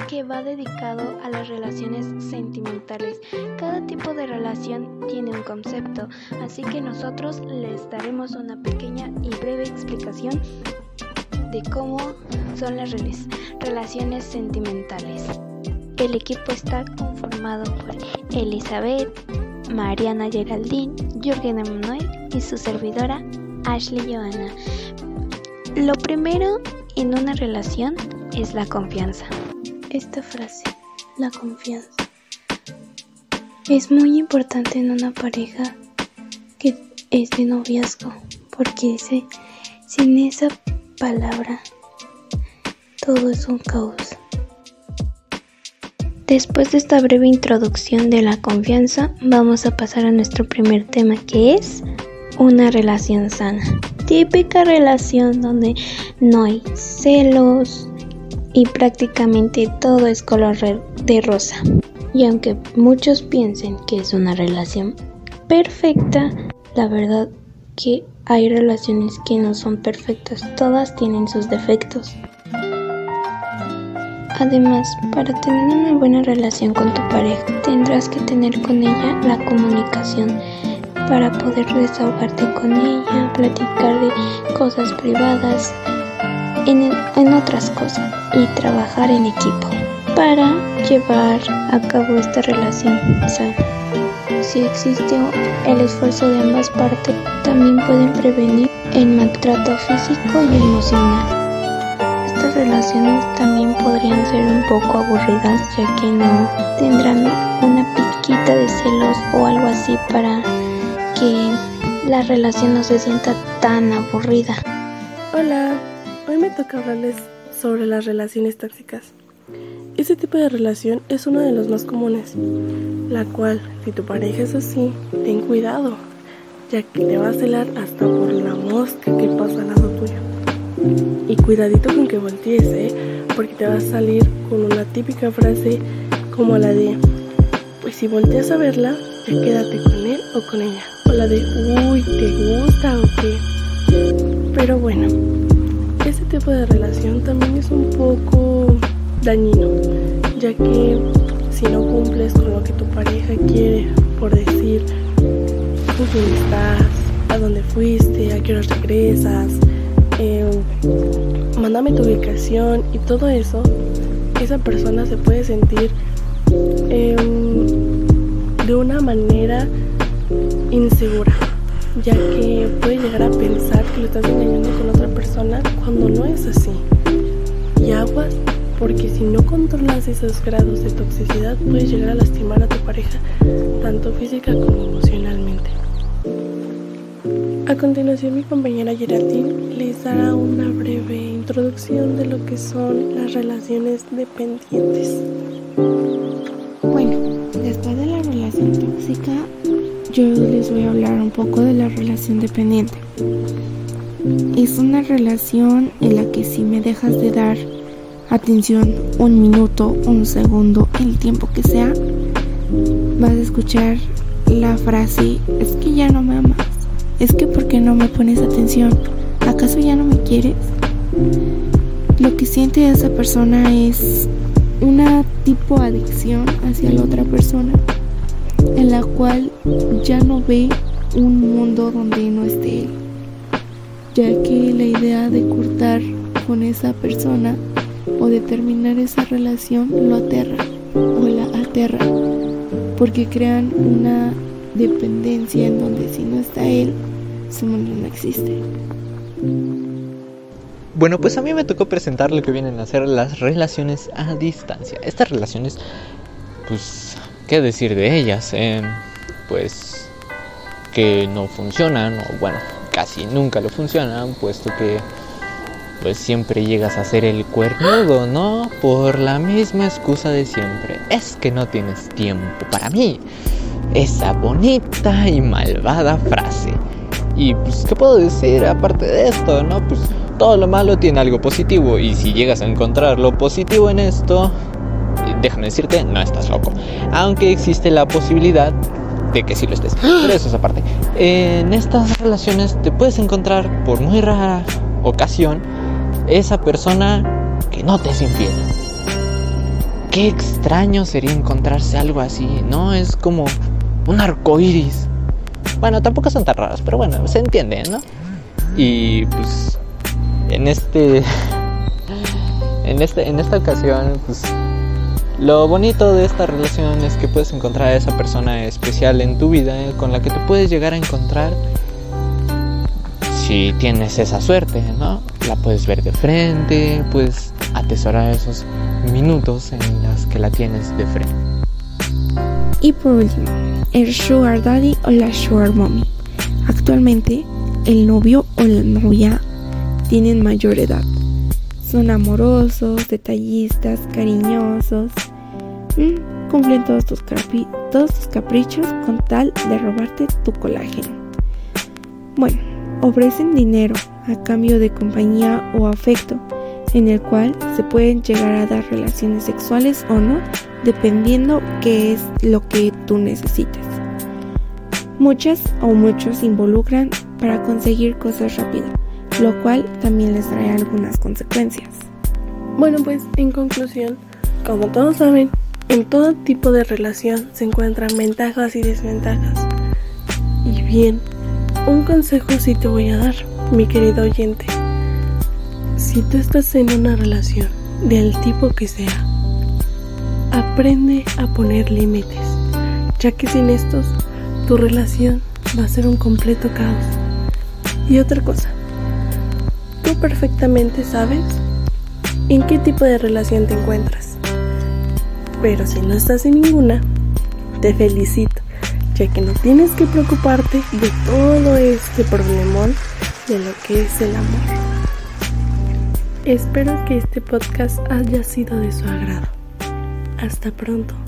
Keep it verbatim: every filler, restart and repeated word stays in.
que va dedicado a las relaciones sentimentales. Cada tipo de relación tiene un concepto, así que nosotros les daremos una pequeña y breve explicación de cómo son las relaciones sentimentales. El equipo está conformado por Elizabeth, Mariana Geraldine, Jürgen Emanuel y su servidora Ashley Johanna. Lo primero en una relación es la confianza. Esta frase, la confianza, es muy importante en una pareja que es de noviazgo, porque ese, sin esa palabra todo es un caos. Después de esta breve introducción de la confianza, vamos a pasar a nuestro primer tema, que es una relación sana. Típica relación donde no hay celos y prácticamente todo es color de rosa. Y aunque muchos piensen que es una relación perfecta, la verdad que hay relaciones que no son perfectas, todas tienen sus defectos. Además, para tener una buena relación con tu pareja, tendrás que tener con ella la comunicación para poder desahogarte con ella, platicar de cosas privadas, en, en otras cosas, y trabajar en equipo para llevar a cabo esta relación sana. Si existe el esfuerzo de ambas partes, también pueden prevenir el maltrato físico y emocional. Estas relaciones también podrían ser un poco aburridas, ya que no tendrán una pizquita de celos o algo así para que la relación no se sienta tan aburrida. Hola, hoy me toca hablarles sobre las relaciones tóxicas. Este tipo de relación es uno de los más comunes, la cual, si tu pareja es así, ten cuidado, ya que te va a celar hasta por la mosca que pasa al lado tuyo. Y cuidadito con que voltees, ¿eh? Porque te va a salir con una típica frase como la de: pues si volteas a verla, ya quédate con él o con ella. O la de: uy, ¿te gusta o qué? Pero bueno, este tipo de relación también es un poco dañino, ya que si no cumples con lo que tu pareja quiere, por decir con quién estás, a dónde fuiste, a qué horas regresas, eh, mándame tu ubicación y todo eso, esa persona se puede sentir eh, de una manera insegura, ya que puede llegar a pensar que lo estás engañando con otra persona cuando no es así. Y aguas, porque si no controlas esos grados de toxicidad, puedes llegar a lastimar a tu pareja, tanto física como emocionalmente. A continuación, mi compañera Geraldine les dará una breve introducción de lo que son las relaciones dependientes. Bueno, después de la relación tóxica, yo les voy a hablar un poco de la relación dependiente. Es una relación en la que si me dejas de dar atención un minuto, un segundo, el tiempo que sea, vas a escuchar la frase: es que ya no me amas, es que ¿por qué no me pones atención? ¿Acaso ya no me quieres? Lo que siente esa persona es una tipo adicción hacia la otra persona, en la cual ya no ve un mundo donde no esté él, ya que la idea de cortar con esa persona o de terminar esa relación lo aterra o la aterra, porque crean una dependencia en donde si no está él, su mundo no existe. Bueno, pues a mí me tocó presentar lo que vienen a ser las relaciones a distancia. Estas relaciones, pues, ¿qué decir de ellas? Eh, pues que no funcionan, o bueno, casi nunca lo funcionan, puesto que pues siempre llegas a ser el cuernudo, ¿no? Por la misma excusa de siempre: es que no tienes tiempo para mí. Esa bonita y malvada frase. Y pues, ¿qué puedo decir aparte de esto, no? Pues todo lo malo tiene algo positivo, y si llegas a encontrar lo positivo en esto, déjame decirte, no estás loco. Aunque existe la posibilidad de que sí lo estés, pero eso es aparte. En estas relaciones te puedes encontrar, por muy rara ocasión, esa persona que no te es infiel. qué extraño sería encontrarse algo así, ¿no? Es como un arco iris. Bueno, tampoco son tan raros, pero bueno, se entiende, ¿no? Y pues en este en este en esta ocasión, pues lo bonito de esta relación es que puedes encontrar a esa persona especial en tu vida, ¿eh? Con la que te puedes llegar a encontrar si tienes esa suerte, ¿no? La puedes ver de frente, puedes atesorar esos minutos en los que la tienes de frente. Y por último, el Sugar Daddy o la Sugar Mommy. Actualmente, el novio o la novia tienen mayor edad. Son amorosos, detallistas, cariñosos. Mm, cumplen todos tus, capi- todos tus caprichos con tal de robarte tu colágeno. Bueno, ofrecen dinero a cambio de compañía o afecto, en el cual se pueden llegar a dar relaciones sexuales o no, dependiendo qué es lo que tú necesites. Muchas o muchos se involucran para conseguir cosas rápido, lo cual también les trae algunas consecuencias. Bueno, pues en conclusión, como todos saben, en todo tipo de relación se encuentran ventajas y desventajas. Y bien, un consejo sí te voy a dar, mi querido oyente. Si tú estás en una relación del tipo que sea, aprende a poner límites, ya que sin estos, tu relación va a ser un completo caos. Y otra cosa, tú perfectamente sabes en qué tipo de relación te encuentras. Pero si no estás en ninguna, te felicito, ya que no tienes que preocuparte de todo este problemón de lo que es el amor. Espero que este podcast haya sido de su agrado. Hasta pronto.